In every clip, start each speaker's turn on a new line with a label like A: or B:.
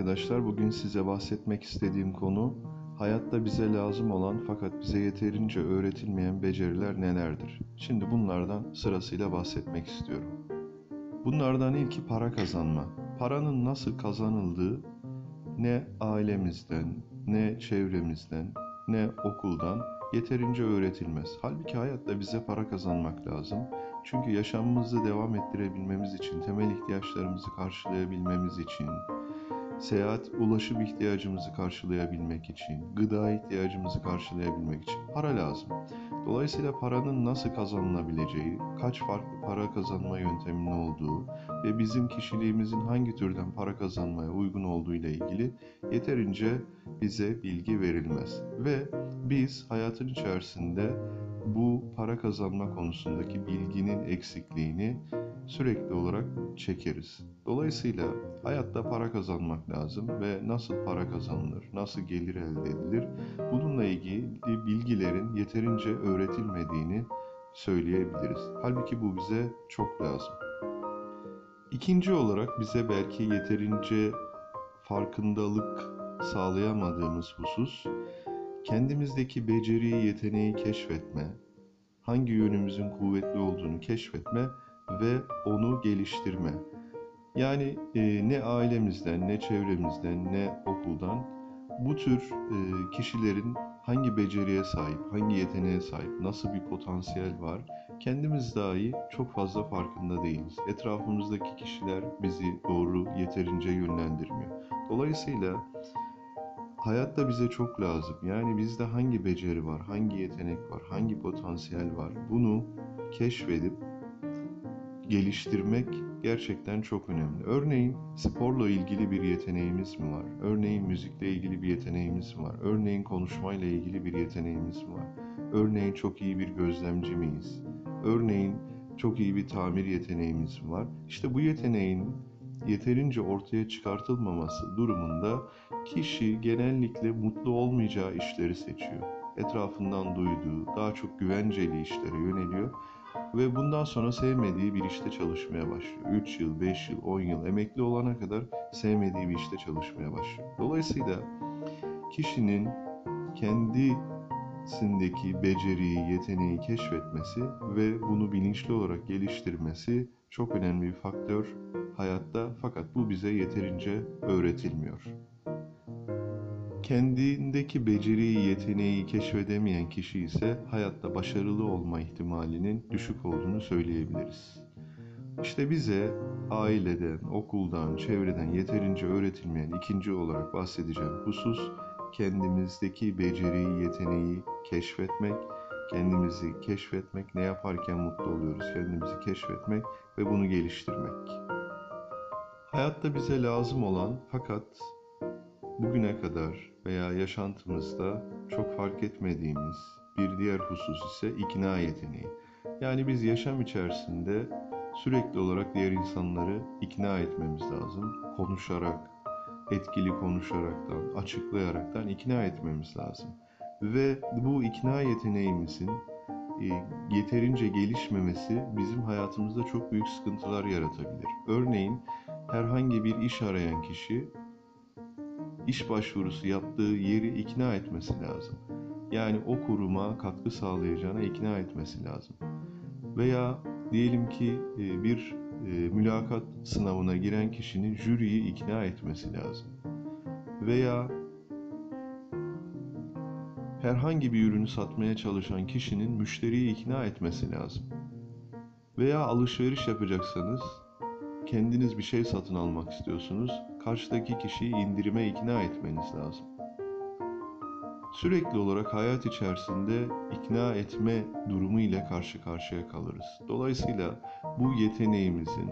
A: arkadaşlar. Bugün size bahsetmek istediğim konu hayatta bize lazım olan fakat bize yeterince öğretilmeyen beceriler nelerdir? Şimdi bunlardan sırasıyla bahsetmek istiyorum. Bunlardan ilki para kazanma. Paranın nasıl kazanıldığı ne ailemizden, ne çevremizden, ne okuldan yeterince öğretilmez. Halbuki hayatta bize para kazanmak lazım. Çünkü yaşamımızı devam ettirebilmemiz için, temel ihtiyaçlarımızı karşılayabilmemiz için, seyahat, ulaşım ihtiyacımızı karşılayabilmek için, gıda ihtiyacımızı karşılayabilmek için para lazım. Dolayısıyla paranın nasıl kazanılabileceği, kaç farklı para kazanma yönteminin olduğu ve bizim kişiliğimizin hangi türden para kazanmaya uygun olduğu ile ilgili yeterince bize bilgi verilmez. Ve biz hayatın içerisinde bu para kazanma konusundaki bilginin eksikliğini sürekli olarak çekeriz. Dolayısıyla hayatta para kazanmak lazım ve nasıl para kazanılır, nasıl gelir elde edilir, bununla ilgili bilgilerin yeterince öğretilmediğini söyleyebiliriz. Halbuki bu bize çok lazım. İkinci olarak bize belki yeterince farkındalık sağlayamadığımız husus, kendimizdeki beceriyi, yeteneği keşfetme, hangi yönümüzün kuvvetli olduğunu keşfetme ve onu geliştirme. Yani ne ailemizden, ne çevremizden, ne okuldan bu tür kişilerin hangi beceriye sahip, hangi yeteneğe sahip, nasıl bir potansiyel var, kendimiz dahi çok fazla farkında değiliz. Etrafımızdaki kişiler bizi doğru, yeterince yönlendirmiyor. Dolayısıyla hayatta bize çok lazım. Yani bizde hangi beceri var, hangi yetenek var, hangi potansiyel var, bunu keşfedip geliştirmek gerçekten çok önemli. Örneğin sporla ilgili bir yeteneğimiz mi var? Örneğin müzikle ilgili bir yeteneğimiz mi var? Örneğin konuşmayla ilgili bir yeteneğimiz mi var? Örneğin çok iyi bir gözlemci miyiz? Örneğin çok iyi bir tamir yeteneğimiz mi var? İşte bu yeteneğin yeterince ortaya çıkartılmaması durumunda kişi genellikle mutlu olmayacağı işleri seçiyor. Etrafından duyduğu, daha çok güvenceli işlere yöneliyor ve bundan sonra sevmediği bir işte çalışmaya başlıyor. 3 yıl, 5 yıl, 10 yıl emekli olana kadar sevmediği bir işte çalışmaya başlıyor. Dolayısıyla kişinin kendisindeki beceriyi, yeteneği keşfetmesi ve bunu bilinçli olarak geliştirmesi çok önemli bir faktör hayatta, fakat bu bize yeterince öğretilmiyor. Kendindeki beceriyi, yeteneği keşfedemeyen kişi ise hayatta başarılı olma ihtimalinin düşük olduğunu söyleyebiliriz. İşte bize aileden, okuldan, çevreden yeterince öğretilmeyen ikinci olarak bahsedeceğim husus, kendimizdeki beceriyi, yeteneği keşfetmek, kendimizi keşfetmek, ne yaparken mutlu oluyoruz, kendimizi keşfetmek ve bunu geliştirmek. Hayatta bize lazım olan fakat bugüne kadar veya yaşantımızda çok fark etmediğimiz bir diğer husus ise ikna yeteneği. Yani biz yaşam içerisinde sürekli olarak diğer insanları ikna etmemiz lazım. Konuşarak, etkili konuşaraktan, açıklayaraktan ikna etmemiz lazım. Ve bu ikna yeteneğimizin yeterince gelişmemesi bizim hayatımızda çok büyük sıkıntılar yaratabilir. Örneğin herhangi bir iş arayan kişi iş başvurusu yaptığı yeri ikna etmesi lazım. Yani o kuruma katkı sağlayacağına ikna etmesi lazım. Veya diyelim ki bir mülakat sınavına giren kişinin jüriyi ikna etmesi lazım. Veya herhangi bir ürünü satmaya çalışan kişinin müşteriyi ikna etmesi lazım. Veya alışveriş yapacaksanız, kendiniz bir şey satın almak istiyorsunuz, karşıdaki kişiyi indirime ikna etmeniz lazım. Sürekli olarak hayat içerisinde ikna etme durumu ile karşı karşıya kalırız. Dolayısıyla bu yeteneğimizin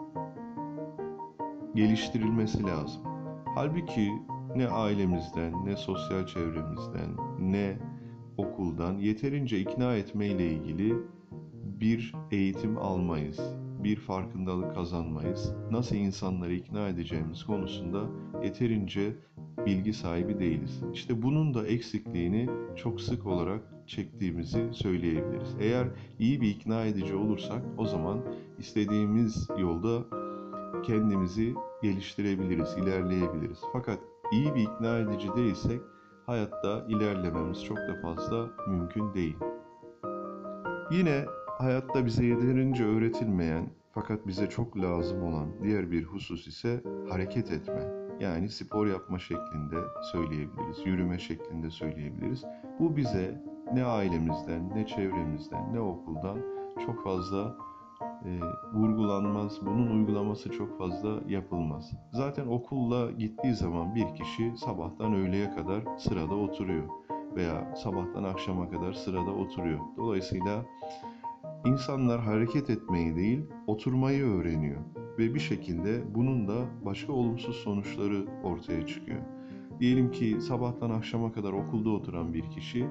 A: geliştirilmesi lazım. Halbuki ne ailemizden, ne sosyal çevremizden, ne okuldan yeterince ikna etme ile ilgili bir eğitim almayız, bir farkındalık kazanmayız. Nasıl insanları ikna edeceğimiz konusunda yeterince bilgi sahibi değiliz. İşte bunun da eksikliğini çok sık olarak çektiğimizi söyleyebiliriz. Eğer iyi bir ikna edici olursak o zaman istediğimiz yolda kendimizi geliştirebiliriz, ilerleyebiliriz. Fakat iyi bir ikna edici değilsek hayatta ilerlememiz çok da fazla mümkün değil. Yine hayatta bize yeterince öğretilmeyen fakat bize çok lazım olan diğer bir husus ise hareket etme. Yani spor yapma şeklinde söyleyebiliriz, yürüme şeklinde söyleyebiliriz. Bu bize ne ailemizden, ne çevremizden, ne okuldan çok fazla vurgulanmaz, bunun uygulaması çok fazla yapılmaz. Zaten okulla gittiği zaman bir kişi sabahtan öğleye kadar sırada oturuyor veya sabahtan akşama kadar sırada oturuyor. Dolayısıyla insanlar hareket etmeyi değil, oturmayı öğreniyor ve bir şekilde bunun da başka olumsuz sonuçları ortaya çıkıyor. Diyelim ki sabahtan akşama kadar okulda oturan bir kişi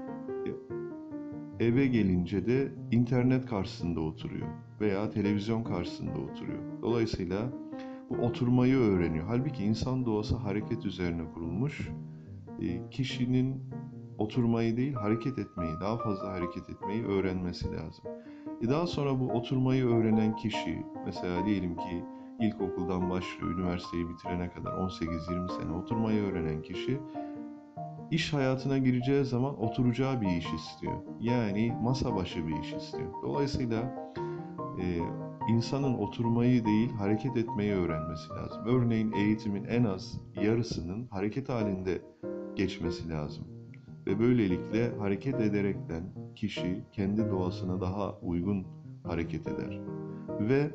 A: eve gelince de internet karşısında oturuyor veya televizyon karşısında oturuyor. Dolayısıyla bu oturmayı öğreniyor. Halbuki insan doğası hareket üzerine kurulmuş. Kişinin oturmayı değil, hareket etmeyi, daha fazla hareket etmeyi öğrenmesi lazım. Daha sonra bu oturmayı öğrenen kişi, mesela diyelim ki ilkokuldan başlıyor, üniversiteyi bitirene kadar 18-20 sene oturmayı öğrenen kişi, İş hayatına gireceği zaman oturacağı bir iş istiyor. Yani masa başı bir iş istiyor. Dolayısıyla insanın oturmayı değil hareket etmeyi öğrenmesi lazım. Örneğin eğitimin en az yarısının hareket halinde geçmesi lazım. Ve böylelikle hareket ederekten kişi kendi doğasına daha uygun hareket eder. Ve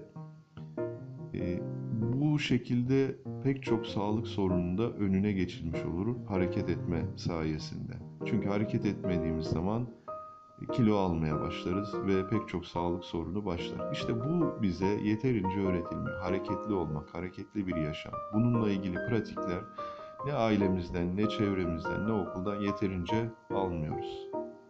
A: bu şekilde pek çok sağlık sorunun da önüne geçilmiş olur hareket etme sayesinde. Çünkü hareket etmediğimiz zaman kilo almaya başlarız ve pek çok sağlık sorunu başlar. İşte bu bize yeterince öğretilmiyor. Hareketli olmak, hareketli bir yaşam. Bununla ilgili pratikler ne ailemizden, ne çevremizden, ne okuldan yeterince almıyoruz.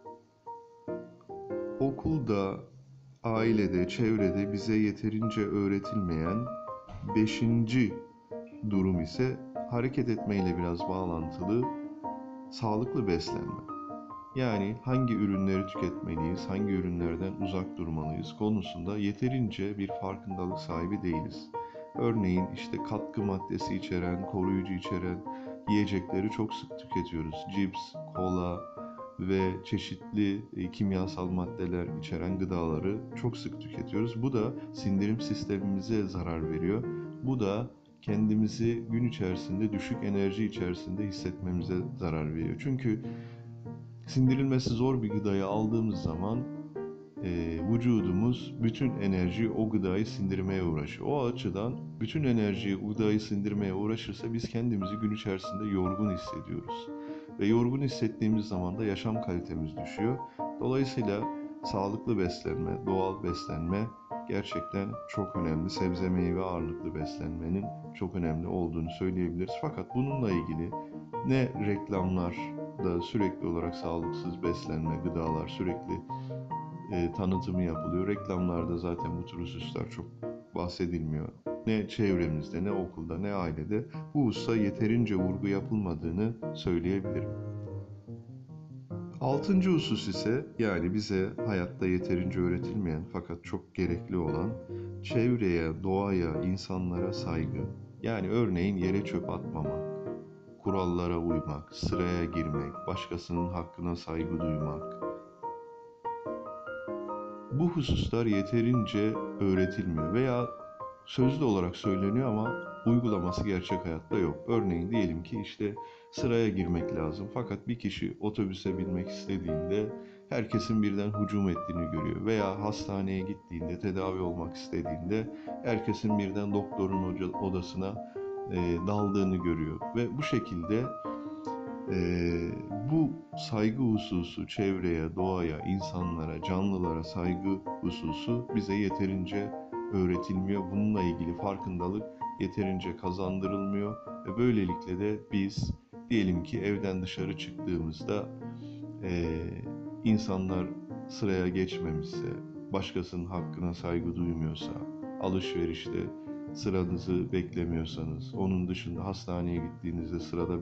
A: Okulda, ailede, çevrede bize yeterince öğretilmeyen beşinci durum ise hareket etmeyle biraz bağlantılı sağlıklı beslenme. Yani hangi ürünleri tüketmeliyiz, hangi ürünlerden uzak durmalıyız konusunda yeterince bir farkındalık sahibi değiliz. Örneğin işte katkı maddesi içeren, koruyucu içeren yiyecekleri çok sık tüketiyoruz. Cips, kola ve çeşitli kimyasal maddeler içeren gıdaları çok sık tüketiyoruz. Bu da sindirim sistemimize zarar veriyor. Bu da kendimizi gün içerisinde düşük enerji içerisinde hissetmemize zarar veriyor. Çünkü sindirilmesi zor bir gıdayı aldığımız zaman vücudumuz bütün enerjiyi o gıdayı sindirmeye uğraşıyor. O açıdan bütün enerjiyi o gıdayı sindirmeye uğraşırsa biz kendimizi gün içerisinde yorgun hissediyoruz. Ve yorgun hissettiğimiz zaman da yaşam kalitemiz düşüyor. Dolayısıyla sağlıklı beslenme, doğal beslenme gerçekten çok önemli. Sebze meyve ağırlıklı beslenmenin çok önemli olduğunu söyleyebiliriz. Fakat bununla ilgili ne reklamlar da sürekli olarak sağlıksız beslenme, gıdalar sürekli tanıtımı yapılıyor. Reklamlarda zaten bu tür hususlar çok bahsedilmiyor. Ne çevremizde, ne okulda, ne ailede bu hususa yeterince vurgu yapılmadığını söyleyebilirim. Altıncı husus ise yani bize hayatta yeterince öğretilmeyen fakat çok gerekli olan çevreye, doğaya, insanlara saygı. Yani örneğin yere çöp atmamak, kurallara uymak, sıraya girmek, başkasının hakkına saygı duymak. Bu hususlar yeterince öğretilmiyor veya sözlü olarak söyleniyor ama uygulaması gerçek hayatta yok. Örneğin diyelim ki işte sıraya girmek lazım fakat bir kişi otobüse binmek istediğinde herkesin birden hücum ettiğini görüyor veya hastaneye gittiğinde tedavi olmak istediğinde herkesin birden doktorun odasına daldığını görüyor ve bu şekilde bu saygı hususu çevreye, doğaya, insanlara, canlılara saygı hususu bize yeterince öğretilmiyor. Bununla ilgili farkındalık yeterince kazandırılmıyor ve böylelikle de biz diyelim ki evden dışarı çıktığımızda insanlar sıraya geçmemişse, başkasının hakkına saygı duymuyorsa, alışverişte sıranızı beklemiyorsanız, onun dışında hastaneye gittiğinizde sırada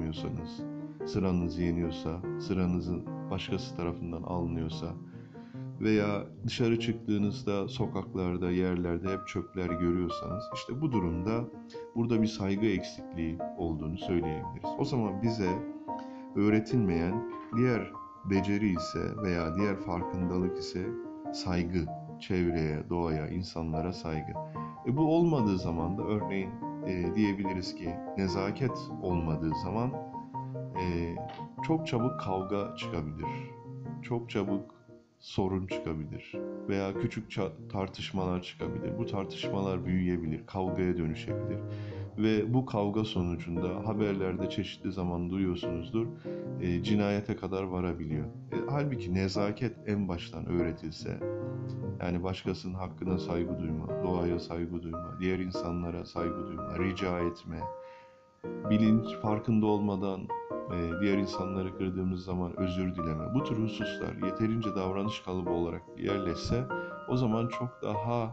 A: bekleyemiyorsanız, sıranız yeniyorsa, sıranızın başkası tarafından alınıyorsa, veya dışarı çıktığınızda sokaklarda, yerlerde hep çöpler görüyorsanız, işte bu durumda burada bir saygı eksikliği olduğunu söyleyebiliriz. O zaman bize öğretilmeyen diğer beceri ise veya diğer farkındalık ise saygı, çevreye, doğaya, insanlara saygı. Bu olmadığı zaman da örneğin diyebiliriz ki nezaket olmadığı zaman çok çabuk kavga çıkabilir, çok çabuk sorun çıkabilir veya küçük tartışmalar çıkabilir. Bu tartışmalar büyüyebilir, kavgaya dönüşebilir ve bu kavga sonucunda haberlerde çeşitli zaman duyuyorsunuzdur, cinayete kadar varabiliyor. Halbuki nezaket en baştan öğretilse, yani başkasının hakkına saygı duyma, doğaya saygı duyma, diğer insanlara saygı duyma, rica etme, bilinç farkında olmadan diğer insanları kırdığımız zaman özür dileme. Bu tür hususlar yeterince davranış kalıbı olarak yerleşse, o zaman çok daha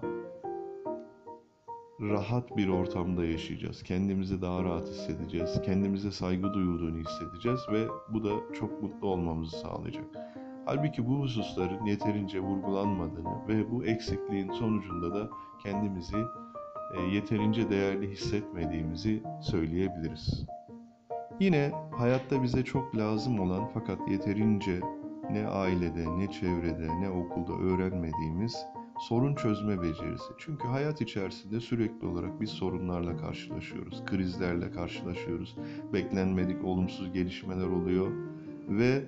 A: rahat bir ortamda yaşayacağız. Kendimizi daha rahat hissedeceğiz. Kendimize saygı duyulduğunu hissedeceğiz ve bu da çok mutlu olmamızı sağlayacak. Halbuki bu hususların yeterince vurgulanmadığını ve bu eksikliğin sonucunda da kendimizi yeterince değerli hissetmediğimizi söyleyebiliriz. Yine hayatta bize çok lazım olan fakat yeterince ne ailede, ne çevrede, ne okulda öğrenmediğimiz sorun çözme becerisi. Çünkü hayat içerisinde sürekli olarak biz sorunlarla karşılaşıyoruz, krizlerle karşılaşıyoruz, beklenmedik olumsuz gelişmeler oluyor ve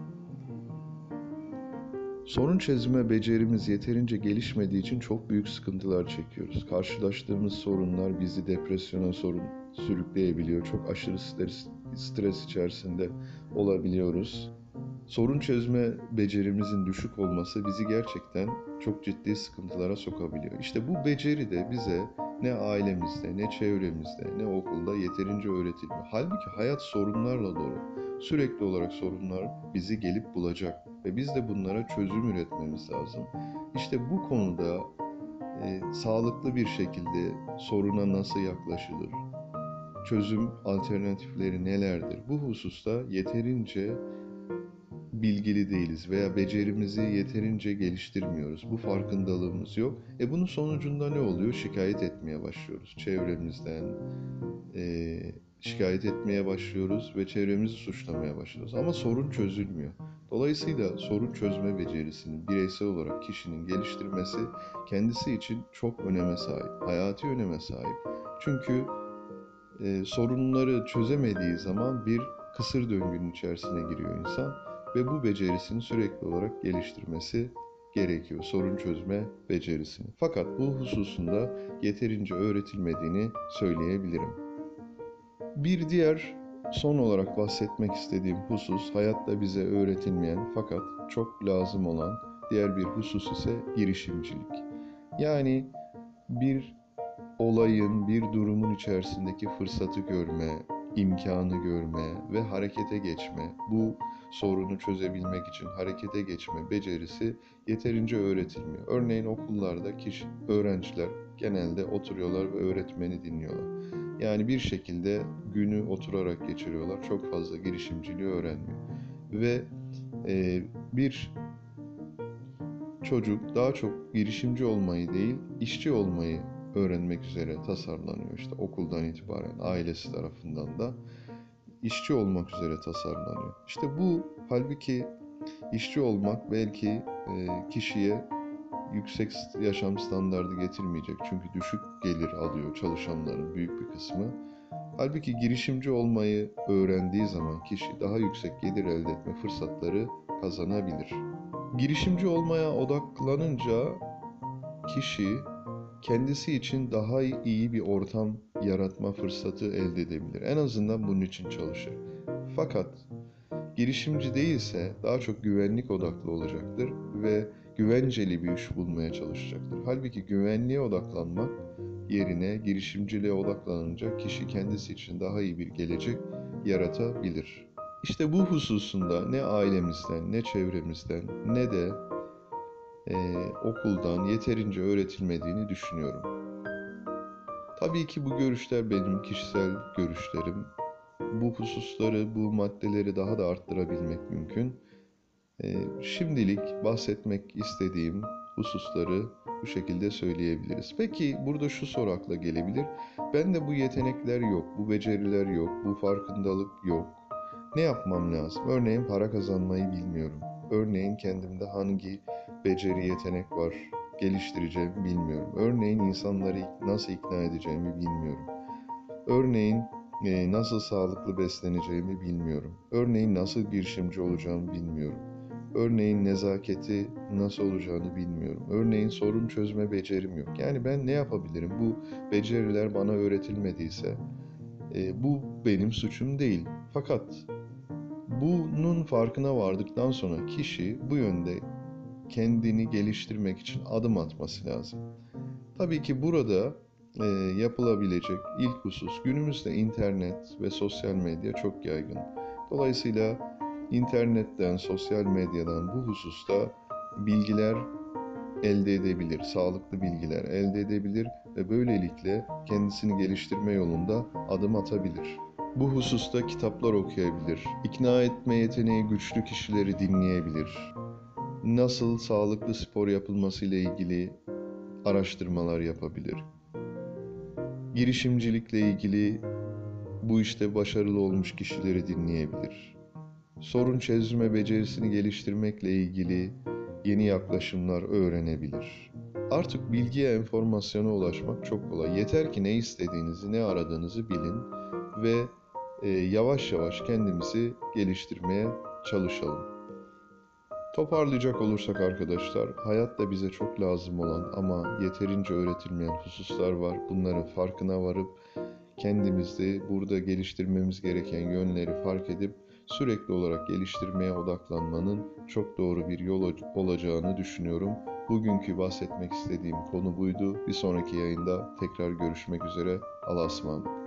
A: sorun çözme becerimiz yeterince gelişmediği için çok büyük sıkıntılar çekiyoruz. Karşılaştığımız sorunlar bizi depresyona sürükleyebiliyor. Çok aşırı stres içerisinde olabiliyoruz. Sorun çözme becerimizin düşük olması bizi gerçekten çok ciddi sıkıntılara sokabiliyor. İşte bu beceri de bize ne ailemizde, ne çevremizde, ne okulda yeterince öğretilmiyor. Halbuki hayat sorunlarla dolu. Sürekli olarak sorunlar bizi gelip bulacak ve biz de bunlara çözüm üretmemiz lazım. İşte bu konuda sağlıklı bir şekilde soruna nasıl yaklaşılır, çözüm alternatifleri nelerdir? Bu hususta yeterince bilgili değiliz veya becerimizi yeterince geliştirmiyoruz. Bu farkındalığımız yok. Bunun sonucunda ne oluyor? Şikayet etmeye başlıyoruz. Çevremizden şikayet etmeye başlıyoruz ve çevremizi suçlamaya başlıyoruz. Ama sorun çözülmüyor. Dolayısıyla sorun çözme becerisini bireysel olarak kişinin geliştirmesi kendisi için çok öneme sahip, hayati öneme sahip. Çünkü sorunları çözemediği zaman bir kısır döngünün içerisine giriyor insan ve bu becerisini sürekli olarak geliştirmesi gerekiyor. Sorun çözme becerisini. Fakat bu hususunda yeterince öğretilmediğini söyleyebilirim. Bir diğer son olarak bahsetmek istediğim husus, hayatta bize öğretilmeyen fakat çok lazım olan diğer bir husus ise girişimcilik. Yani bir olayın, bir durumun içerisindeki fırsatı görme, imkanı görme ve harekete geçme, bu sorunu çözebilmek için harekete geçme becerisi yeterince öğretilmiyor. Örneğin okullarda öğrenciler genelde oturuyorlar ve öğretmeni dinliyorlar. Yani bir şekilde günü oturarak geçiriyorlar. Çok fazla girişimciliği öğrenmiyor. Ve bir çocuk daha çok girişimci olmayı değil, işçi olmayı öğrenmek üzere tasarlanıyor. İşte okuldan itibaren ailesi tarafından da işçi olmak üzere tasarlanıyor. İşte bu halbuki işçi olmak belki kişiye yüksek yaşam standardı getirmeyecek. Çünkü düşük gelir alıyor çalışanların büyük bir kısmı. Halbuki girişimci olmayı öğrendiği zaman kişi daha yüksek gelir elde etme fırsatları kazanabilir. Girişimci olmaya odaklanınca kişi kendisi için daha iyi bir ortam yaratma fırsatı elde edebilir. En azından bunun için çalışır. Fakat girişimci değilse daha çok güvenlik odaklı olacaktır ve güvenceli bir iş bulmaya çalışacaktır. Halbuki güvenliğe odaklanmak yerine girişimciliğe odaklanınca kişi kendisi için daha iyi bir gelecek yaratabilir. İşte bu hususunda ne ailemizden, ne çevremizden, ne de okuldan yeterince öğretilmediğini düşünüyorum. Tabii ki bu görüşler benim kişisel görüşlerim. Bu hususları, bu maddeleri daha da arttırabilmek mümkün. Şimdilik bahsetmek istediğim hususları bu şekilde söyleyebiliriz. Peki burada şu soru akla gelebilir. Bende bu yetenekler yok, bu beceriler yok, bu farkındalık yok. Ne yapmam lazım? Örneğin para kazanmayı bilmiyorum. Örneğin kendimde hangi beceri, yetenek var, geliştireceğimi bilmiyorum. Örneğin insanları nasıl ikna edeceğimi bilmiyorum. Örneğin nasıl sağlıklı besleneceğimi bilmiyorum. Örneğin nasıl girişimci olacağımı bilmiyorum. Örneğin nezaketi nasıl olacağını bilmiyorum. Örneğin sorun çözme becerim yok. Yani ben ne yapabilirim? Bu beceriler bana öğretilmediyse bu benim suçum değil. Fakat bunun farkına vardıktan sonra kişi bu yönde kendini geliştirmek için adım atması lazım. Tabii ki burada e, yapılabilecek ilk husus, günümüzde internet ve sosyal medya çok yaygın. Dolayısıyla internetten, sosyal medyadan bu hususta bilgiler elde edebilir, sağlıklı bilgiler elde edebilir ve böylelikle kendisini geliştirme yolunda adım atabilir. Bu hususta kitaplar okuyabilir, ikna etme yeteneği güçlü kişileri dinleyebilir, nasıl sağlıklı spor yapılması ile ilgili araştırmalar yapabilir. Girişimcilikle ilgili bu işte başarılı olmuş kişileri dinleyebilir. Sorun çözme becerisini geliştirmekle ilgili yeni yaklaşımlar öğrenebilir. Artık bilgiye, enformasyona ulaşmak çok kolay. Yeter ki ne istediğinizi, ne aradığınızı bilin ve yavaş yavaş kendimizi geliştirmeye çalışalım. Toparlayacak olursak arkadaşlar, hayatta bize çok lazım olan ama yeterince öğretilmeyen hususlar var. Bunların farkına varıp kendimizde burada geliştirmemiz gereken yönleri fark edip sürekli olarak geliştirmeye odaklanmanın çok doğru bir yol olacağını düşünüyorum. Bugünkü bahsetmek istediğim konu buydu. Bir sonraki yayında tekrar görüşmek üzere. Allah'a ısmarladık.